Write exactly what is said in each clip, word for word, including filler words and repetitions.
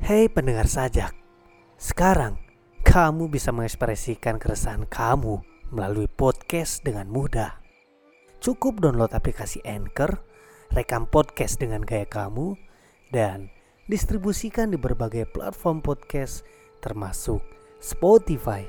Hei pendengar sajak, sekarang kamu bisa mengekspresikan keresahan kamu melalui podcast dengan mudah. Cukup download aplikasi Anchor, rekam podcast dengan gaya kamu, dan distribusikan di berbagai platform podcast termasuk Spotify.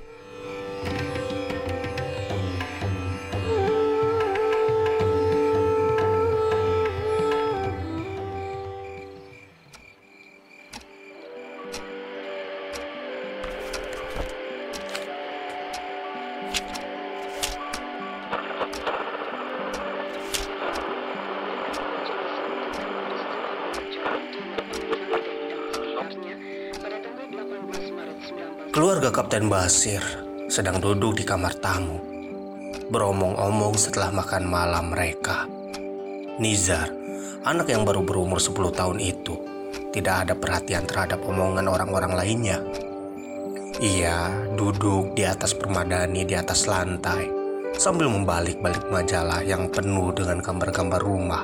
Keluarga Kapten Basir sedang duduk di kamar tamu, beromong-omong setelah makan malam mereka. Nizar, anak yang baru berumur sepuluh tahun itu, tidak ada perhatian terhadap omongan orang-orang lainnya. Ia duduk di atas permadani di atas lantai, sambil membalik-balik majalah yang penuh dengan gambar-gambar rumah,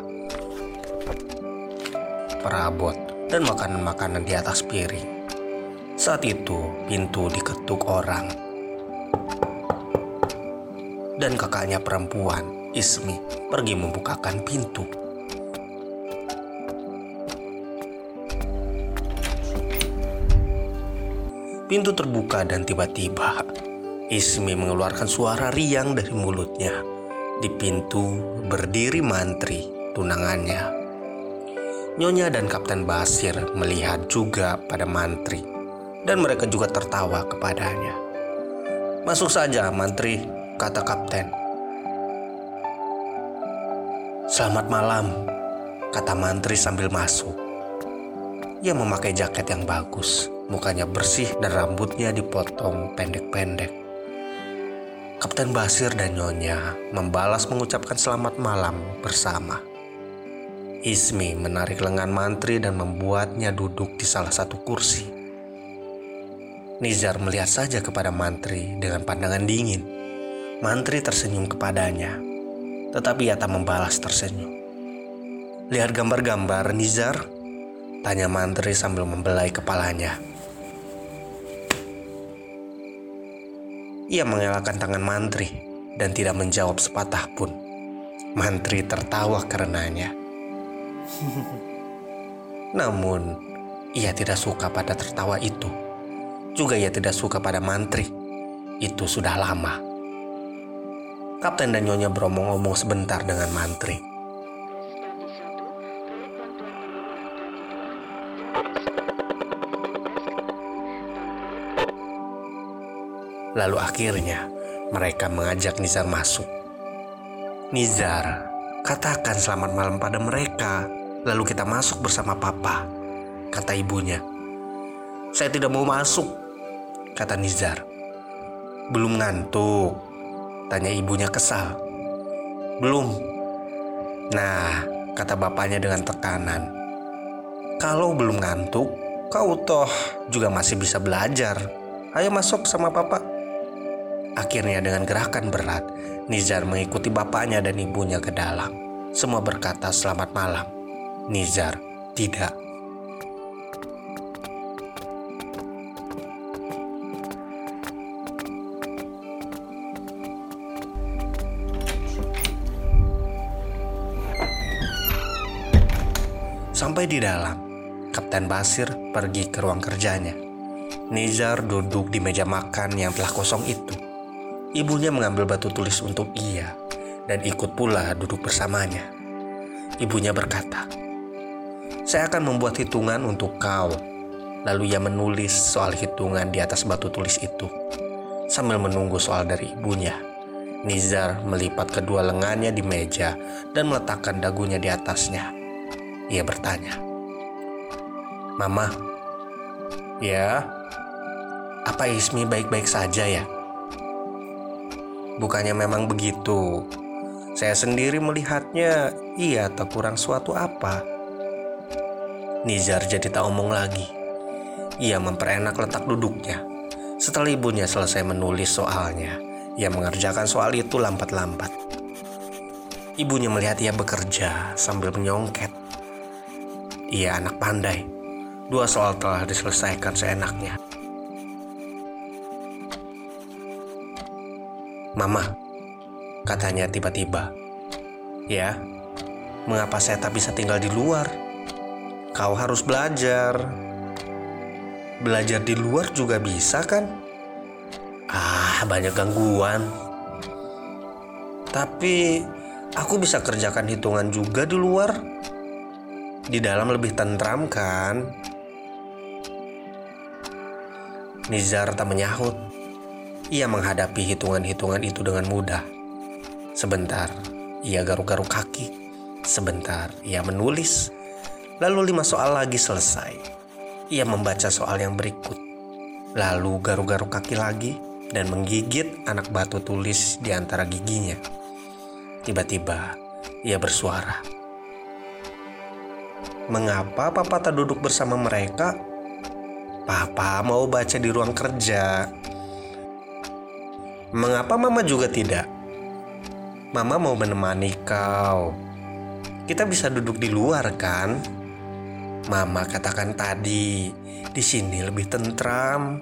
perabot, dan makanan-makanan di atas piring. Saat itu, pintu diketuk orang. Dan kakaknya perempuan, Ismi, pergi membukakan pintu. Pintu terbuka dan tiba-tiba Ismi mengeluarkan suara riang dari mulutnya. Di pintu berdiri mantri, tunangannya. Nyonya dan Kapten Basir melihat juga pada mantri, dan mereka juga tertawa kepadanya. "Masuk saja, mantri," kata kapten. "Selamat malam," kata mantri sambil masuk. Ia memakai jaket yang bagus, mukanya bersih dan rambutnya dipotong pendek-pendek. Kapten Basir dan Nyonya membalas mengucapkan selamat malam bersama. Ismi menarik lengan mantri dan membuatnya duduk di salah satu kursi. Nizar melihat saja kepada mantri dengan pandangan dingin. Mantri tersenyum kepadanya, tetapi ia tak membalas tersenyum. "Lihat gambar-gambar, Nizar?" tanya mantri sambil membelai kepalanya. Ia mengelakkan tangan mantri dan tidak menjawab sepatah pun. Mantri tertawa karenanya. Namun, ia tidak suka pada tertawa itu. Juga ia tidak suka pada mantri. Itu sudah lama. Kapten dan Nyonya beromong-omong sebentar dengan mantri. Lalu akhirnya mereka mengajak Nizar masuk. "Nizar, katakan selamat malam pada mereka, lalu kita masuk bersama papa," kata ibunya. "Saya tidak mau masuk," kata Nizar. "Belum ngantuk?" tanya ibunya kesal. "Belum." "Nah," kata bapaknya dengan tekanan, "kalau belum ngantuk, kau toh juga masih bisa belajar. Ayo masuk sama papa." Akhirnya dengan gerakan berat, Nizar mengikuti bapaknya dan ibunya ke dalam. Semua berkata selamat malam. Nizar tidak. Sampai di dalam, Kapten Basir pergi ke ruang kerjanya. Nizar duduk di meja makan yang telah kosong itu. Ibunya mengambil batu tulis untuk ia dan ikut pula duduk bersamanya. Ibunya berkata, "Saya akan membuat hitungan untuk kau." Lalu ia menulis soal hitungan di atas batu tulis itu. Sambil menunggu soal dari ibunya, Nizar melipat kedua lengannya di meja dan meletakkan dagunya di atasnya. Ia bertanya, "Mama." "Ya, apa Ismi baik-baik saja ya?" "Bukannya memang begitu. Saya sendiri melihatnya ia tak kurang suatu apa." Nizar jadi tak omong lagi. Ia memperenak letak duduknya. Setelah ibunya selesai menulis soalnya, ia mengerjakan soal itu lambat-lambat. Ibunya melihat ia bekerja sambil menyongket. Ia anak pandai. Dua soal telah diselesaikan seenaknya. "Mama," katanya tiba-tiba. "Ya, mengapa saya tak bisa tinggal di luar? Kau harus belajar." "Belajar di luar juga bisa kan?" "Ah, banyak gangguan." "Tapi aku bisa kerjakan hitungan juga di luar. Di dalam lebih tentram kan?" Nizar tak menyahut. Ia menghadapi hitungan-hitungan itu dengan mudah. Sebentar, ia garuk-garuk kaki. Sebentar, ia menulis. Lalu lima soal lagi selesai. Ia membaca soal yang berikut. Lalu garuk-garuk kaki lagi dan menggigit anak batu tulis di antara giginya. Tiba-tiba, ia bersuara. "Mengapa Papa tak duduk bersama mereka? Papa mau baca di ruang kerja." "Mengapa Mama juga tidak? Mama mau menemani kau. Kita bisa duduk di luar kan? Mama katakan tadi, di sini lebih tentram."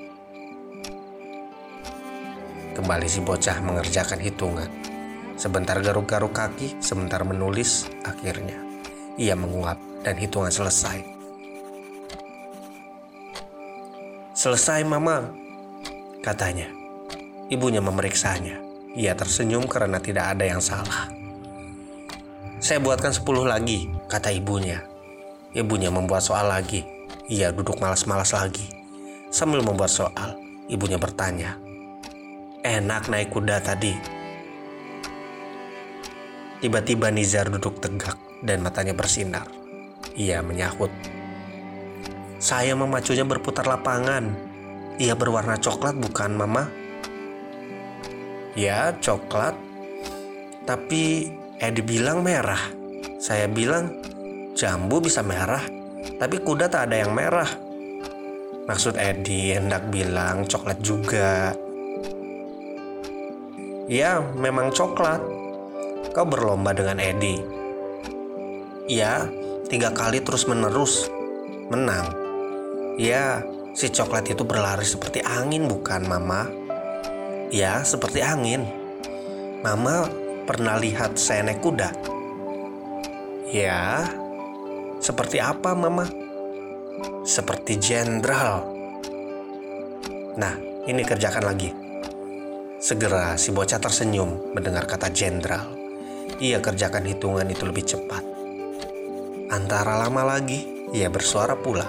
Kembali si bocah mengerjakan hitungan. Sebentar garuk-garuk kaki, sebentar menulis. Akhirnya ia menguap dan hitungan selesai. "Selesai Mama," katanya. Ibunya memeriksanya. Ia tersenyum karena tidak ada yang salah. "Saya buatkan sepuluh lagi," kata ibunya. Ibunya membuat soal lagi. Ia duduk malas-malas lagi. Sambil membuat soal, ibunya bertanya, "Enak naik kuda tadi?" Tiba-tiba Nizar duduk tegak dan matanya bersinar. Ia menyahut, "Saya memacunya berputar lapangan. Ia berwarna coklat bukan Mama?" "Ya, coklat. Tapi Edi bilang merah. Saya bilang jambu bisa merah, tapi kuda tak ada yang merah. Maksud Edi hendak bilang coklat juga." "Ya, memang coklat. Kau berlomba dengan Edi?" "Ya, tiga kali terus menerus. Menang." "Ya, si coklat itu berlari seperti angin bukan Mama?" "Ya, seperti angin. Mama pernah lihat saya naik kuda?" "Ya, seperti apa Mama?" "Seperti jenderal." "Nah, ini kerjakan lagi." Segera si bocah tersenyum mendengar kata jenderal. Ia kerjakan hitungan itu lebih cepat. Antara lama lagi, ia bersuara pula.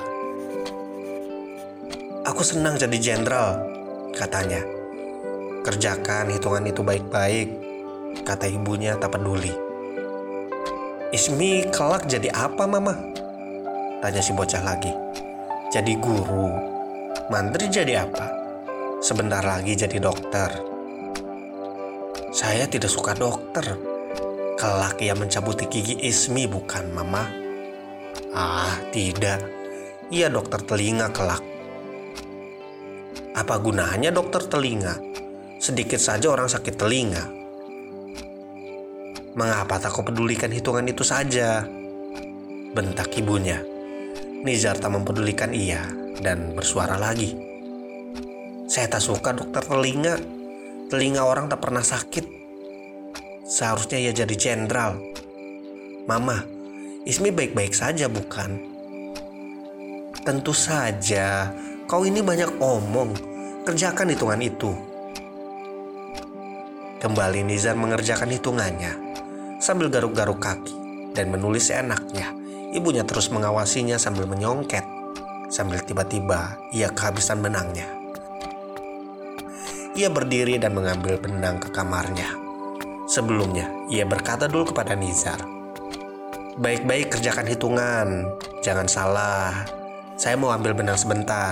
"Aku senang jadi jenderal," katanya. "Kerjakan hitungan itu baik-baik," kata ibunya tak peduli. "Ismi kelak jadi apa Mama?" tanya si bocah lagi. "Jadi guru." "Mantri jadi apa?" "Sebentar lagi jadi dokter." "Saya tidak suka dokter. Kelak ia mencabuti gigi Ismi bukan Mama?" "Ah, tidak. Ia dokter telinga kelak." "Apa gunanya dokter telinga? Sedikit saja orang sakit telinga." "Mengapa tak kau pedulikan hitungan itu saja?" bentak ibunya. Nizar tak mempedulikan ia dan bersuara lagi. "Saya tak suka dokter telinga. Telinga orang tak pernah sakit. Seharusnya ia jadi jenderal." "Mama, Ismi baik-baik saja bukan?" "Tentu saja. Kau ini banyak omong. Kerjakan hitungan itu." Kembali Nizar mengerjakan hitungannya sambil garuk-garuk kaki dan menulis seenaknya. Ibunya terus mengawasinya sambil menyongket. Sambil tiba-tiba ia kehabisan benangnya. Ia berdiri dan mengambil benang ke kamarnya. Sebelumnya, ia berkata dulu kepada Nizar, "Baik-baik kerjakan hitungan, jangan salah. Saya mau ambil benang sebentar."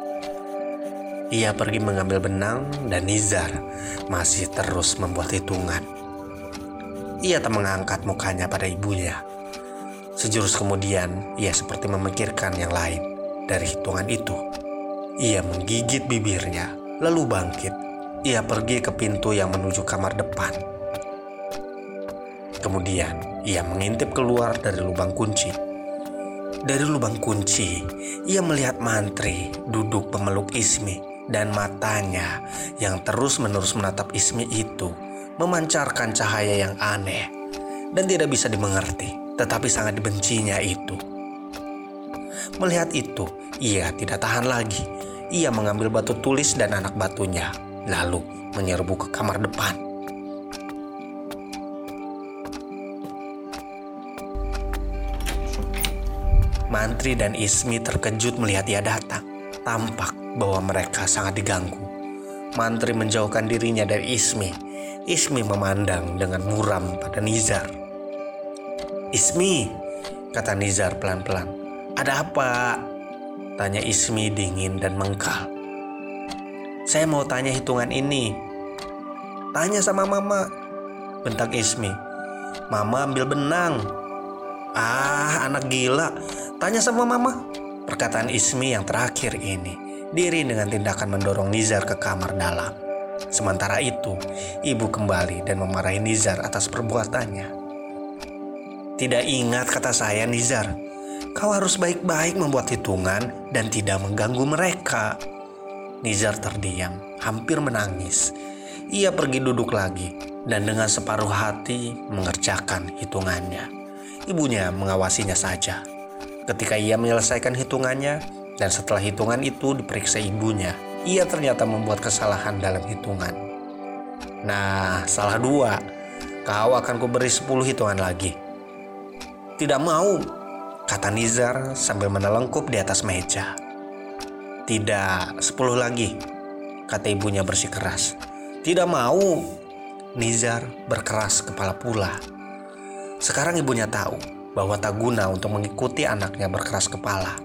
Ia pergi mengambil benang dan Nizar masih terus membuat hitungan. Ia tak mengangkat mukanya pada ibunya. Sejurus kemudian, ia seperti memikirkan yang lain dari hitungan itu. Ia menggigit bibirnya, lalu bangkit. Ia pergi ke pintu yang menuju kamar depan. Kemudian, ia mengintip keluar dari lubang kunci. Dari lubang kunci, ia melihat Mantri duduk memeluk Ismi, dan matanya yang terus-menerus menatap Ismi itu memancarkan cahaya yang aneh dan tidak bisa dimengerti, tetapi sangat dibencinya itu. Melihat itu, ia tidak tahan lagi. Ia mengambil batu tulis dan anak batunya, lalu menyerbu ke kamar depan. Mantri dan Ismi terkejut melihat ia datang. Tampak bahwa mereka sangat diganggu. Mantri menjauhkan dirinya dari Ismi. Ismi memandang dengan muram pada Nizar. "Ismi," kata Nizar pelan-pelan. "Ada apa?" tanya Ismi dingin dan mengkal. "Saya mau tanya hitungan ini." "Tanya sama Mama," bentak Ismi. "Mama ambil benang." "Ah, anak gila. Tanya sama Mama." Perkataan Ismi yang terakhir ini diiringi dengan tindakan mendorong Nizar ke kamar dalam. Sementara itu, ibu kembali dan memarahi Nizar atas perbuatannya. "Tidak ingat kata saya, Nizar. Kau harus baik-baik membuat hitungan dan tidak mengganggu mereka." Nizar terdiam, hampir menangis. Ia pergi duduk lagi dan dengan separuh hati mengerjakan hitungannya. Ibunya mengawasinya saja. Ketika ia menyelesaikan hitungannya dan setelah hitungan itu diperiksa ibunya, ia ternyata membuat kesalahan dalam hitungan. "Nah, salah dua. Kau akan kuberi sepuluh hitungan lagi." "Tidak mau," kata Nizar sambil menelengkup di atas meja. "Tidak, sepuluh lagi," kata ibunya bersikeras. "Tidak mau." Nizar berkeras kepala pula. Sekarang ibunya tahu bahwa tak guna untuk mengikuti anaknya berkeras kepala.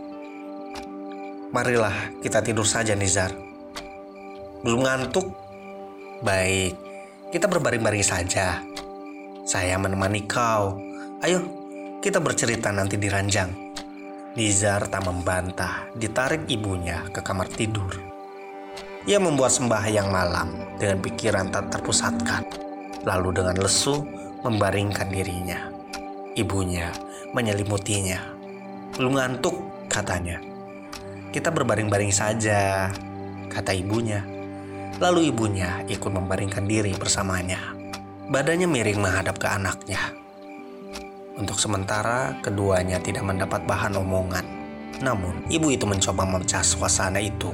"Marilah kita tidur saja, Nizar." "Belum ngantuk?" "Baik, kita berbaring-baring saja. Saya menemani kau. Ayo, kita bercerita nanti di ranjang." Nizar tak membantah, ditarik ibunya ke kamar tidur. Ia membuat sembahyang malam dengan pikiran tak terpusatkan, lalu dengan lesu membaringkan dirinya. Ibunya menyelimutinya. "Belum ngantuk," katanya. "Kita berbaring-baring saja," kata ibunya. Lalu ibunya ikut membaringkan diri bersamanya. Badannya miring menghadap ke anaknya. Untuk sementara, keduanya tidak mendapat bahan omongan. Namun, ibu itu mencoba memecah suasana itu.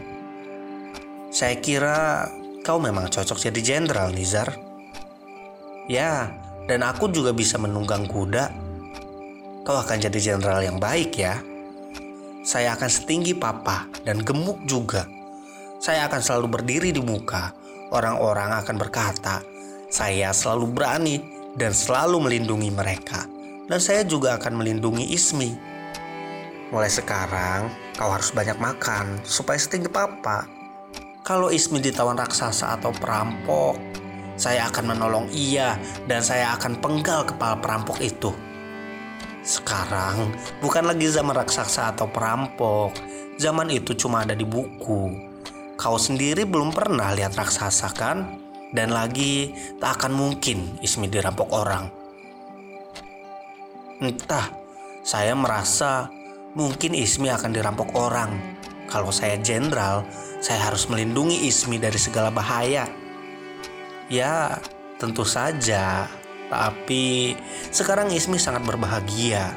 "Saya kira kau memang cocok jadi jenderal, Nizar." "Ya, dan aku juga bisa menunggang kuda." "Kau akan jadi jenderal yang baik ya." "Saya akan setinggi Papa dan gemuk juga. Saya akan selalu berdiri di muka. Orang-orang akan berkata, saya selalu berani dan selalu melindungi mereka. Dan saya juga akan melindungi Ismi. Mulai sekarang, kau harus banyak makan supaya setinggi Papa. Kalau Ismi ditawan raksasa atau perampok, saya akan menolong ia dan saya akan penggal kepala perampok itu." Sekarang bukan lagi zaman raksasa atau perampok. Zaman itu cuma ada di buku. Kau sendiri belum pernah lihat raksasa kan? Dan lagi tak akan mungkin Ismi dirampok orang. Entah, saya merasa mungkin Ismi akan dirampok orang. Kalau saya jenderal, saya harus melindungi Ismi dari segala bahaya. Ya, tentu saja. Tapi sekarang Ismi sangat berbahagia.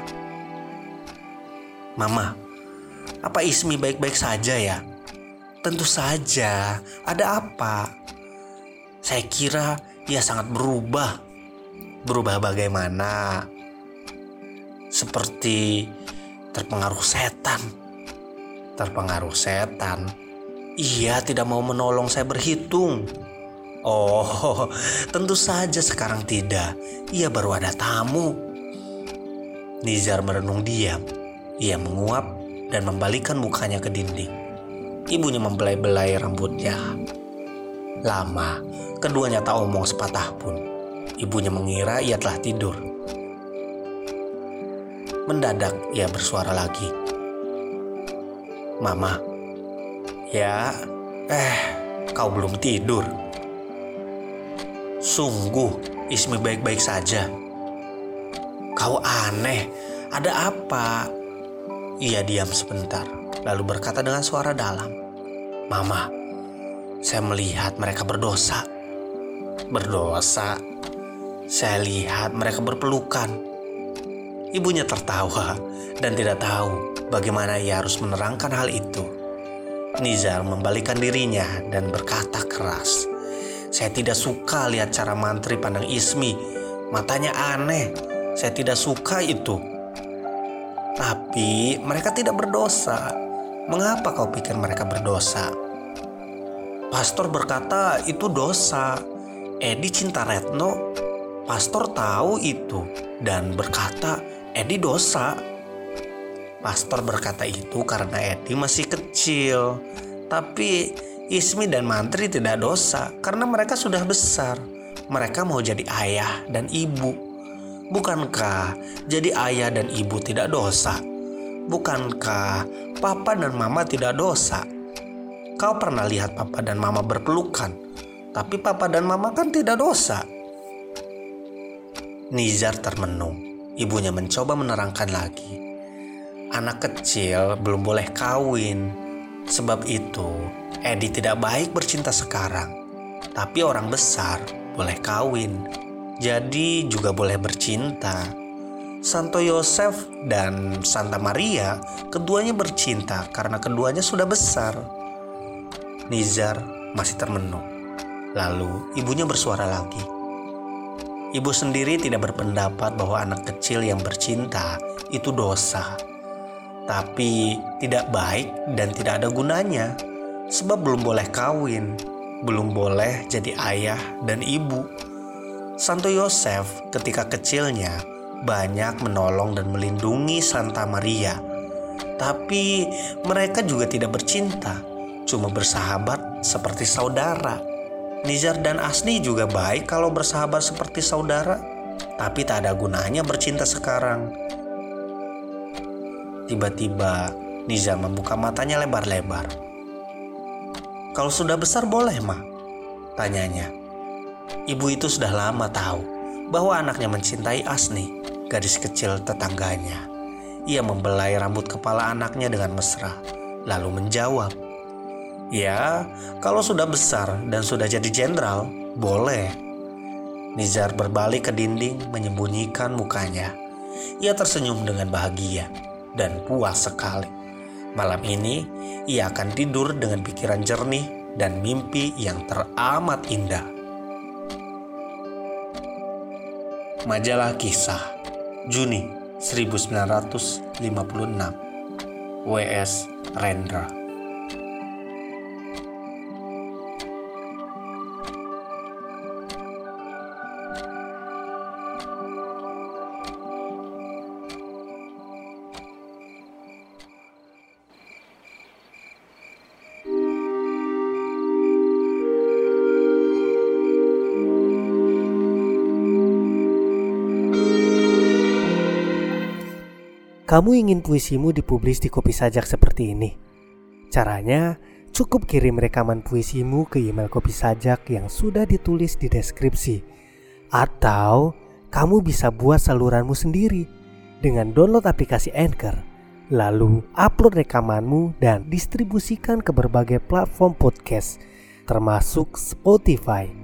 "Mama, apa Ismi baik-baik saja ya?" "Tentu saja. Ada apa?" "Saya kira ia sangat berubah." "Berubah bagaimana?" "Seperti terpengaruh setan." "Terpengaruh setan?" "Ia tidak mau menolong saya berhitung." "Oh, tentu saja sekarang tidak. Ia baru ada tamu." Nizar merenung diam. Ia menguap dan membalikkan mukanya ke dinding. Ibunya membelai-belai rambutnya. Lama, keduanya tak omong sepatah pun. Ibunya mengira ia telah tidur. Mendadak ia bersuara lagi. "Mama." "Ya, eh, kau belum tidur?" "Sungguh, Ismi baik-baik saja." "Kau aneh, ada apa?" Ia diam sebentar, lalu berkata dengan suara dalam, "Mama, saya melihat mereka berdosa." "Berdosa?" "Saya lihat mereka berpelukan." Ibunya tertawa dan tidak tahu bagaimana ia harus menerangkan hal itu. Nizar membalikkan dirinya dan berkata keras, "Saya tidak suka lihat cara mantri pandang Ismi. Matanya aneh. Saya tidak suka itu." "Tapi mereka tidak berdosa. Mengapa kau pikir mereka berdosa?" "Pastor berkata itu dosa. Edi cinta Retno. Pastor tahu itu dan berkata Edi dosa." "Pastor berkata itu karena Edi masih kecil. Tapi Ismi dan Mantri tidak dosa karena mereka sudah besar. Mereka mau jadi ayah dan ibu. Bukankah jadi ayah dan ibu tidak dosa? Bukankah papa dan mama tidak dosa? Kau pernah lihat papa dan mama berpelukan, tapi papa dan mama kan tidak dosa." Nizar termenung. Ibunya mencoba menerangkan lagi. "Anak kecil belum boleh kawin. Sebab itu Edi tidak baik bercinta sekarang. Tapi orang besar boleh kawin. Jadi juga boleh bercinta. Santo Yosef dan Santa Maria keduanya bercinta karena keduanya sudah besar." Nizar masih termenung. Lalu ibunya bersuara lagi. "Ibu sendiri tidak berpendapat bahwa anak kecil yang bercinta itu dosa. Tapi tidak baik dan tidak ada gunanya. Sebab belum boleh kawin, belum boleh jadi ayah dan ibu. Santo Yosef ketika kecilnya banyak menolong dan melindungi Santa Maria. Tapi mereka juga tidak bercinta, cuma bersahabat seperti saudara. Nizar dan Asni juga baik kalau bersahabat seperti saudara, tapi tak ada gunanya bercinta sekarang." Tiba-tiba Nizar membuka matanya lebar-lebar. "Kalau sudah besar boleh, Ma?" tanyanya. Ibu itu sudah lama tahu bahwa anaknya mencintai Asni, gadis kecil tetangganya. Ia membelai rambut kepala anaknya dengan mesra, lalu menjawab, "Ya, kalau sudah besar dan sudah jadi jenderal, boleh." Nizar berbalik ke dinding menyembunyikan mukanya. Ia tersenyum dengan bahagia dan puas sekali. Malam ini ia akan tidur dengan pikiran jernih dan mimpi yang teramat indah. Majalah Kisah, Juni seribu sembilan ratus lima puluh enam. W S Rendra. Kamu ingin puisimu dipublis di Kopi Sajak seperti ini? Caranya, cukup kirim rekaman puisimu ke email Kopi Sajak yang sudah ditulis di deskripsi. Atau kamu bisa buat saluranmu sendiri dengan download aplikasi Anchor, lalu upload rekamanmu dan distribusikan ke berbagai platform podcast, termasuk Spotify,